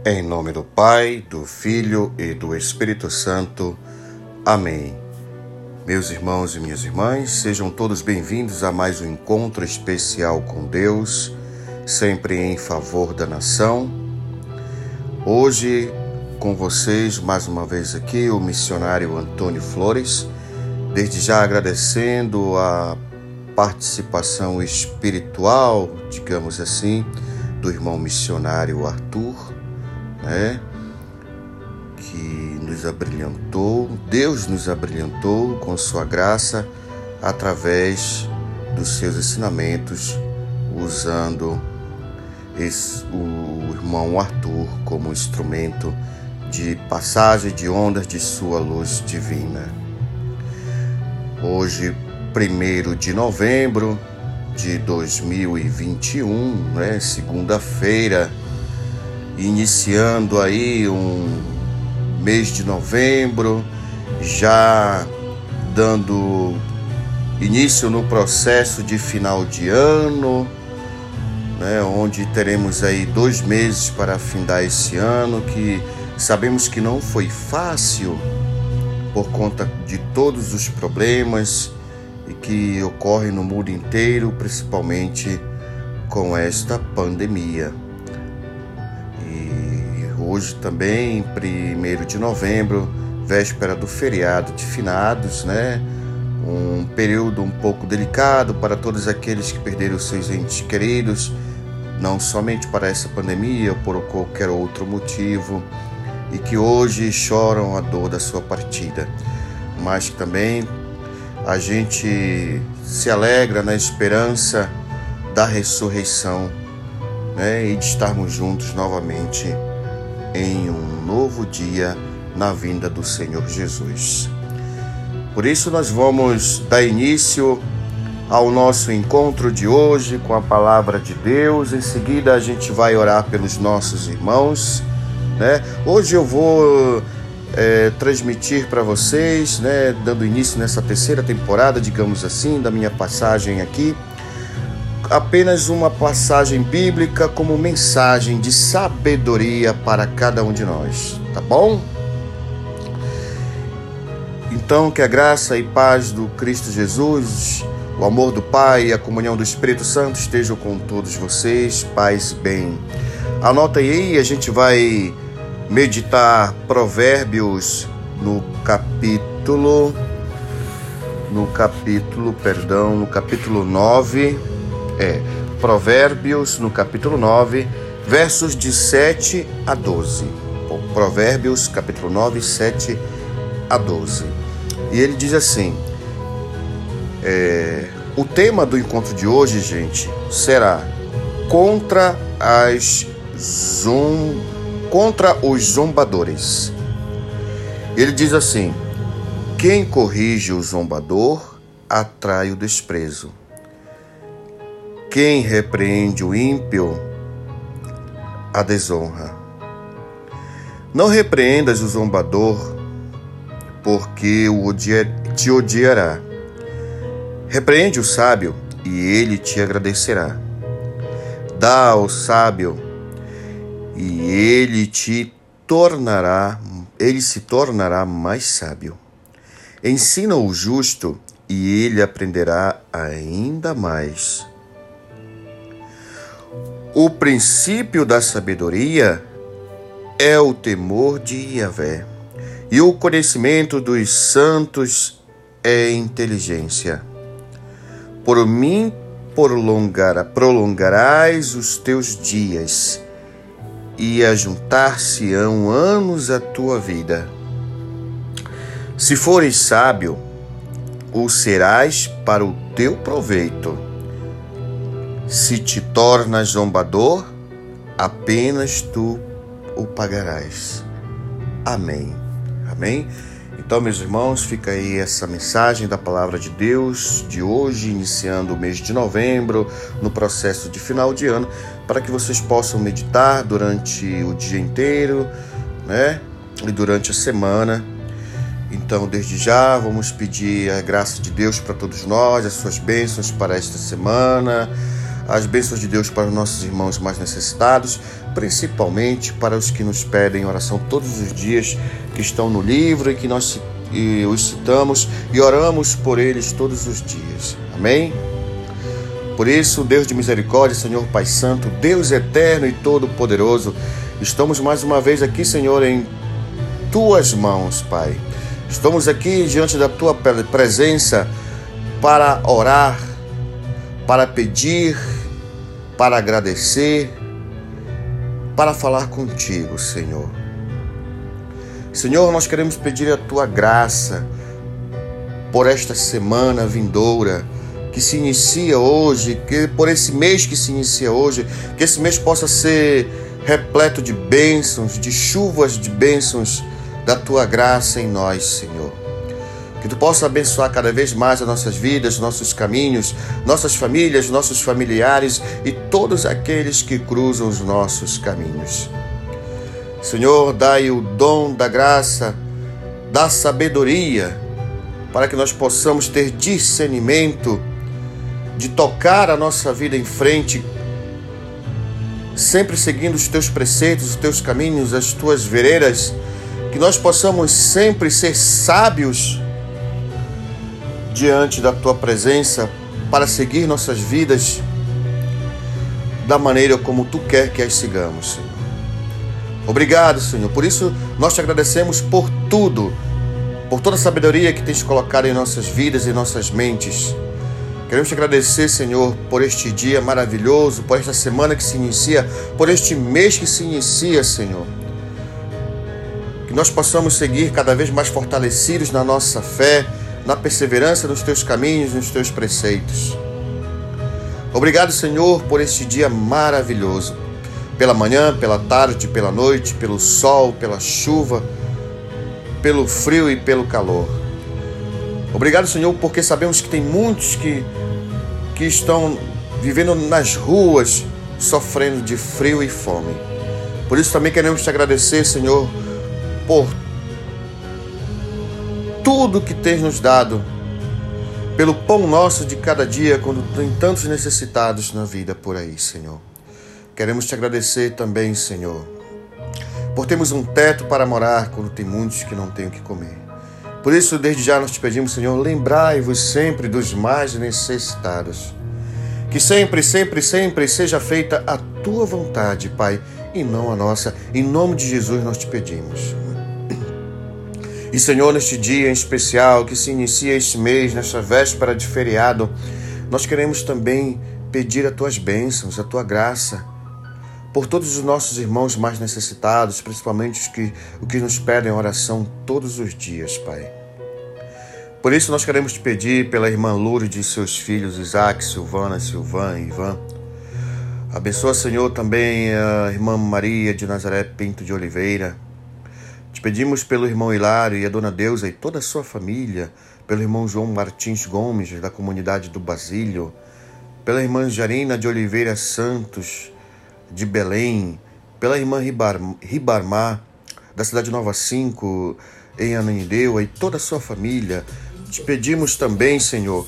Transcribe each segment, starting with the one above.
Em nome do Pai, do Filho e do Espírito Santo. Amém. Meus irmãos e minhas irmãs, sejam todos bem-vindos a mais um encontro especial com Deus, sempre em favor da nação. Hoje, com vocês, mais uma vez aqui, o missionário Antônio Flores, desde já agradecendo a participação espiritual, digamos assim, do irmão missionário Arthur, que nos abrilhantou, Deus nos abrilhantou com sua graça através dos seus ensinamentos, usando o irmão Arthur como instrumento de passagem de ondas de sua luz divina. Hoje, 1º de novembro de 2021, segunda-feira, iniciando aí um mês de novembro, já dando início no processo de final de ano, onde teremos aí 2 meses para findar esse ano, que sabemos que não foi fácil por conta de todos os problemas e que ocorrem no mundo inteiro, principalmente com esta pandemia. Hoje também, 1º de novembro, véspera do feriado de finados, um período um pouco delicado para todos aqueles que perderam seus entes queridos, não somente para essa pandemia, por qualquer outro motivo, e que hoje choram a dor da sua partida. Mas também a gente se alegra na esperança da ressurreição, e de estarmos juntos novamente em um novo dia na vinda do Senhor Jesus. Por isso nós vamos dar início ao nosso encontro de hoje com a palavra de Deus. Em seguida a gente vai orar pelos nossos irmãos, Hoje eu vou transmitir para vocês, dando início nessa 3ª temporada, digamos assim, da minha passagem aqui, apenas uma passagem bíblica como mensagem de sabedoria para cada um de nós, tá bom? Então, que a graça e paz do Cristo Jesus, o amor do Pai e a comunhão do Espírito Santo estejam com todos vocês, paz e bem. Anota aí, a gente vai meditar Provérbios no capítulo 9, Provérbios no capítulo 9, versos de 7 a 12. Provérbios capítulo 9, 7 a 12. E ele diz assim, o tema do encontro de hoje, gente, será contra os zombadores. Ele diz assim: quem corrige o zombador atrai o desprezo. Quem repreende o ímpio, a desonra. Não repreendas o zombador, porque te odiará. Repreende o sábio, e ele te agradecerá. Dá ao sábio, e ele se tornará mais sábio. Ensina o justo, e ele aprenderá ainda mais. O princípio da sabedoria é o temor de Yahvé, e o conhecimento dos santos é inteligência. Por mim prolongarás os teus dias, e ajuntar-se-ão anos à tua vida. Se fores sábio, o serás para o teu proveito. Se te tornas zombador, apenas tu o pagarás. Amém. Amém? Então, meus irmãos, fica aí essa mensagem da palavra de Deus de hoje, iniciando o mês de novembro, no processo de final de ano, para que vocês possam meditar durante o dia inteiro, e durante a semana. Então, desde já, vamos pedir a graça de Deus para todos nós, as suas bênçãos para esta semana, as bênçãos de Deus para os nossos irmãos mais necessitados, principalmente para os que nos pedem oração todos os dias, que estão no livro e que nós os citamos e oramos por eles todos os dias. Amém? Por isso, Deus de misericórdia, Senhor Pai Santo, Deus eterno e todo-poderoso, estamos mais uma vez aqui, Senhor, em Tuas mãos, Pai. Estamos aqui diante da Tua presença para orar, para pedir, para agradecer, para falar contigo, Senhor. Senhor, nós queremos pedir a Tua graça por esta semana vindoura, que se inicia hoje, que por esse mês que se inicia hoje, que esse mês possa ser repleto de bênçãos, de chuvas de bênçãos da Tua graça em nós, Senhor. Que Tu possa abençoar cada vez mais as nossas vidas, nossos caminhos, nossas famílias, nossos familiares e todos aqueles que cruzam os nossos caminhos. Senhor, dai o dom da graça, da sabedoria, para que nós possamos ter discernimento de tocar a nossa vida em frente, sempre seguindo os Teus preceitos, os Teus caminhos, as Tuas veredas, que nós possamos sempre ser sábios diante da Tua presença para seguir nossas vidas da maneira como Tu quer que as sigamos, Senhor. Obrigado, Senhor. Por isso, nós Te agradecemos por tudo, por toda a sabedoria que Tens colocado em nossas vidas e nossas mentes. Queremos Te agradecer, Senhor, por este dia maravilhoso, por esta semana que se inicia, por este mês que se inicia, Senhor. Que nós possamos seguir cada vez mais fortalecidos na nossa fé, na perseverança nos Teus caminhos, nos Teus preceitos. Obrigado, Senhor, por este dia maravilhoso. Pela manhã, pela tarde, pela noite, pelo sol, pela chuva, pelo frio e pelo calor. Obrigado, Senhor, porque sabemos que tem muitos que estão vivendo nas ruas, sofrendo de frio e fome. Por isso também queremos Te agradecer, Senhor, por tudo que Tens nos dado, pelo pão nosso de cada dia, quando tem tantos necessitados na vida por aí, Senhor. Queremos Te agradecer também, Senhor, por termos um teto para morar quando tem muitos que não têm o que comer. Por isso, desde já nós Te pedimos, Senhor, lembrai-vos sempre dos mais necessitados. Que sempre, sempre, sempre seja feita a Tua vontade, Pai, e não a nossa. Em nome de Jesus nós Te pedimos. E, Senhor, neste dia em especial que se inicia este mês, nesta véspera de feriado, nós queremos também pedir as Tuas bênçãos, a Tua graça, por todos os nossos irmãos mais necessitados, principalmente os que nos pedem oração todos os dias, Pai. Por isso nós queremos Te pedir pela irmã Lourdes e seus filhos, Isaac, Silvana, Silvan e Ivan. Abençoa, Senhor, também a irmã Maria de Nazaré Pinto de Oliveira. Te pedimos pelo irmão Hilário e a dona Deusa e toda a sua família, pelo irmão João Martins Gomes, da comunidade do Basílio, pela irmã Jarina de Oliveira Santos, de Belém, pela irmã Ribamar, da cidade Nova 5, em Ananindeua, e toda a sua família. Te pedimos também, Senhor,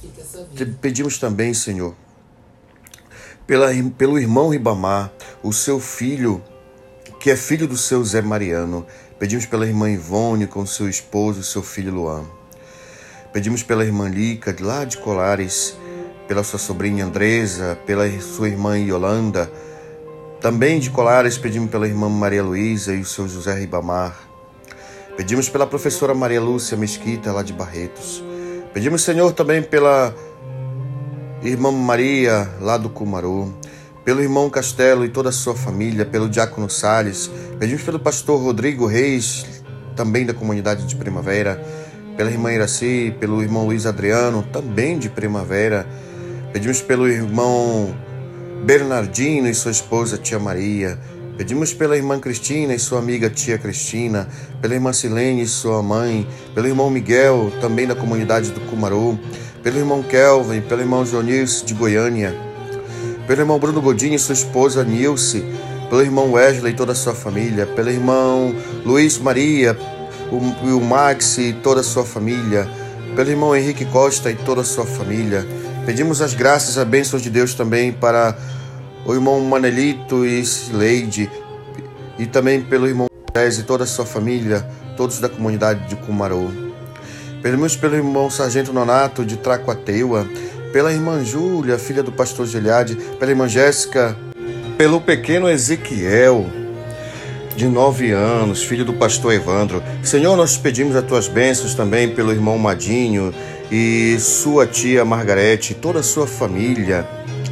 pelo irmão Ribamar, o seu filho, que é filho do seu Zé Mariano. Pedimos pela irmã Ivone, com seu esposo e seu filho Luan. Pedimos pela irmã Lica, lá de Colares, pela sua sobrinha Andresa, pela sua irmã Yolanda. Também de Colares, pedimos pela irmã Maria Luísa e o seu José Ribamar. Pedimos pela professora Maria Lúcia Mesquita, lá de Barretos. Pedimos, Senhor, também pela irmã Maria, lá do Cumaru. Pelo irmão Castelo e toda a sua família, pelo diácono Salles. Pedimos pelo pastor Rodrigo Reis, também da comunidade de Primavera. Pela irmã Iraci, pelo irmão Luiz Adriano, também de Primavera. Pedimos pelo irmão Bernardino e sua esposa Tia Maria. Pedimos pela irmã Cristina e sua amiga Tia Cristina, pela irmã Silene e sua mãe, pelo irmão Miguel, também da comunidade do Cumaru, pelo irmão Kelvin, pelo irmão Jonis de Goiânia, pelo irmão Bruno Godinho e sua esposa Nilce, pelo irmão Wesley e toda a sua família, pelo irmão Luiz Maria, o Max e toda a sua família, pelo irmão Henrique Costa e toda a sua família. Pedimos as graças e as bênçãos de Deus também para o irmão Manelito e Sileide, e também pelo irmão Moisés e toda a sua família, todos da comunidade de Cumaru. Pedimos pelo irmão Sargento Nonato de Tracuateua, pela irmã Júlia, filha do pastor Giliade, pela irmã Jéssica, pelo pequeno Ezequiel, de 9 anos, filho do pastor Evandro. Senhor, nós pedimos as tuas bênçãos também pelo irmão Madinho e sua tia Margarete, toda a sua família.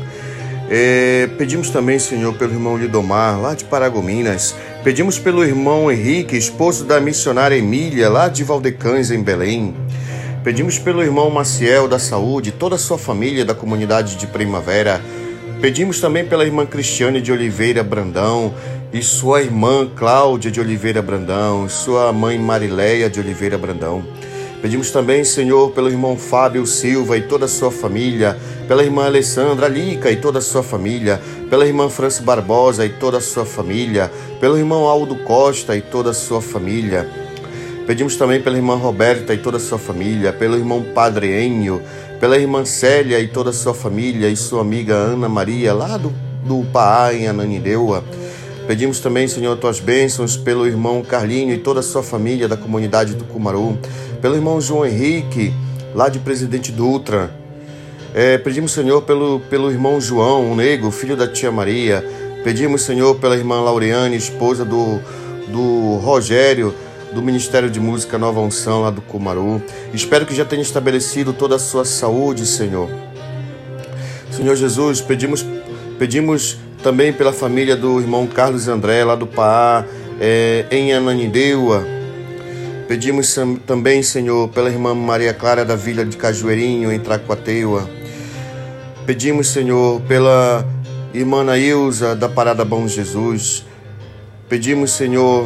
Pedimos também, Senhor, pelo irmão Lidomar, lá de Paragominas. Pedimos pelo irmão Henrique, esposo da missionária Emília, lá de Valdecães, em Belém. Pedimos pelo irmão Maciel da Saúde, toda a sua família da comunidade de Primavera. Pedimos também pela irmã Cristiane de Oliveira Brandão e sua irmã Cláudia de Oliveira Brandão, e sua mãe Marileia de Oliveira Brandão. Pedimos também, Senhor, pelo irmão Fábio Silva e toda a sua família, pela irmã Alessandra Lica e toda a sua família, pela irmã Franci Barbosa e toda a sua família, pelo irmão Aldo Costa e toda a sua família. Pedimos também pela irmã Roberta e toda a sua família, pelo irmão Padre Enio, pela irmã Célia e toda a sua família e sua amiga Ana Maria, lá do Paá, em Ananindeua. Pedimos também, Senhor, tuas bênçãos pelo irmão Carlinho e toda a sua família da comunidade do Cumaru, pelo irmão João Henrique, lá de Presidente Dutra. Pedimos, Senhor, pelo irmão João, o Nego, filho da tia Maria. Pedimos, Senhor, pela irmã Laureane, esposa do Rogério, do Ministério de Música Nova Unção, lá do Cumaru. Espero que já tenha estabelecido toda a sua saúde, Senhor. Senhor Jesus, pedimos também pela família do irmão Carlos André, lá do Paá, em Ananindeua. Pedimos também, Senhor, pela irmã Maria Clara da Vila de Cajueirinho, em Tracuateua. Pedimos, Senhor, pela irmã Nailza da Parada Bom Jesus. Pedimos, Senhor,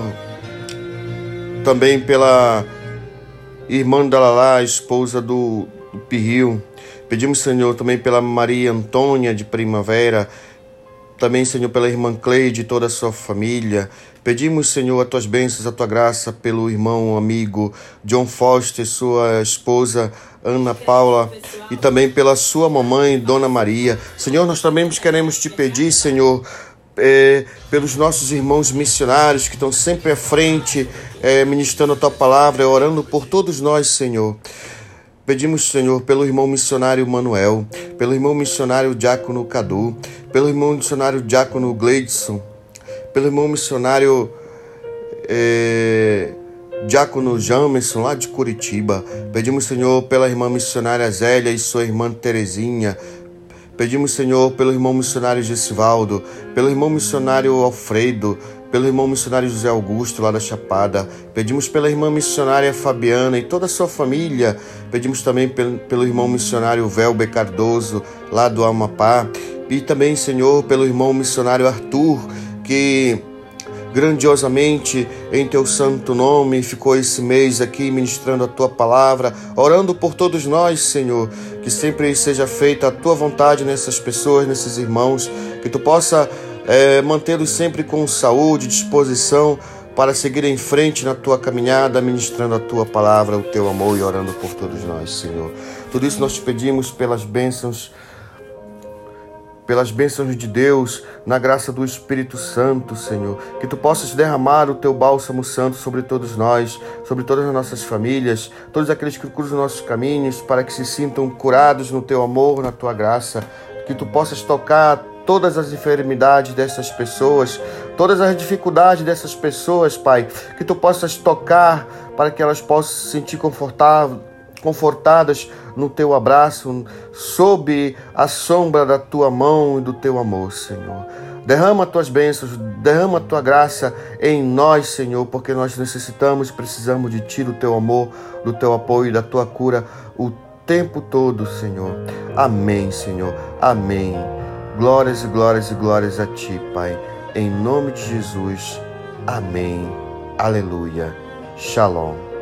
também pela irmã Dalalá, esposa do Pirril. Pedimos, Senhor, também pela Maria Antônia de Primavera. Também, Senhor, pela irmã Cleide e toda a sua família. Pedimos, Senhor, as tuas bênçãos, a tua graça pelo irmão amigo John Foster, sua esposa Ana Paula, e também pela sua mamãe, Dona Maria. Senhor, nós também queremos te pedir, Senhor, pelos nossos irmãos missionários que estão sempre à frente, ministrando a tua palavra, orando por todos nós, Senhor. Pedimos, Senhor, pelo irmão missionário Manuel, pelo irmão missionário Diácono Cadu, pelo irmão missionário Diácono Gleidson, pelo irmão missionário Diácono Jamerson, lá de Curitiba. Pedimos, Senhor, pela irmã missionária Zélia e sua irmã Terezinha. Pedimos, Senhor, pelo irmão missionário Gessivaldo, pelo irmão missionário Alfredo, pelo irmão missionário José Augusto, lá da Chapada. Pedimos pela irmã missionária Fabiana e toda a sua família. Pedimos também pelo irmão missionário Velber Cardoso, lá do Amapá. E também, Senhor, pelo irmão missionário Arthur, que grandiosamente em teu santo nome ficou esse mês aqui ministrando a tua palavra, orando por todos nós, Senhor, que sempre seja feita a tua vontade nessas pessoas, nesses irmãos, que tu possa mantê-los sempre com saúde, disposição para seguir em frente na tua caminhada, ministrando a tua palavra, o teu amor e orando por todos nós, Senhor. Tudo isso nós te pedimos pelas bênçãos de Deus, na graça do Espírito Santo, Senhor, que tu possas derramar o teu bálsamo santo sobre todos nós, sobre todas as nossas famílias, todos aqueles que cruzam nossos caminhos, para que se sintam curados no teu amor, na tua graça, que tu possas tocar todas as enfermidades dessas pessoas, todas as dificuldades dessas pessoas, Pai, que tu possas tocar para que elas possam se sentir confortadas no teu abraço, sob a sombra da tua mão e do teu amor, Senhor. Derrama as tuas bênçãos, derrama a tua graça em nós, Senhor, porque nós necessitamos e precisamos de ti, do teu amor, do teu apoio, da tua cura o tempo todo, Senhor. Amém, Senhor. Amém. Glórias e glórias e glórias a ti, Pai. Em nome de Jesus. Amém. Aleluia. Shalom.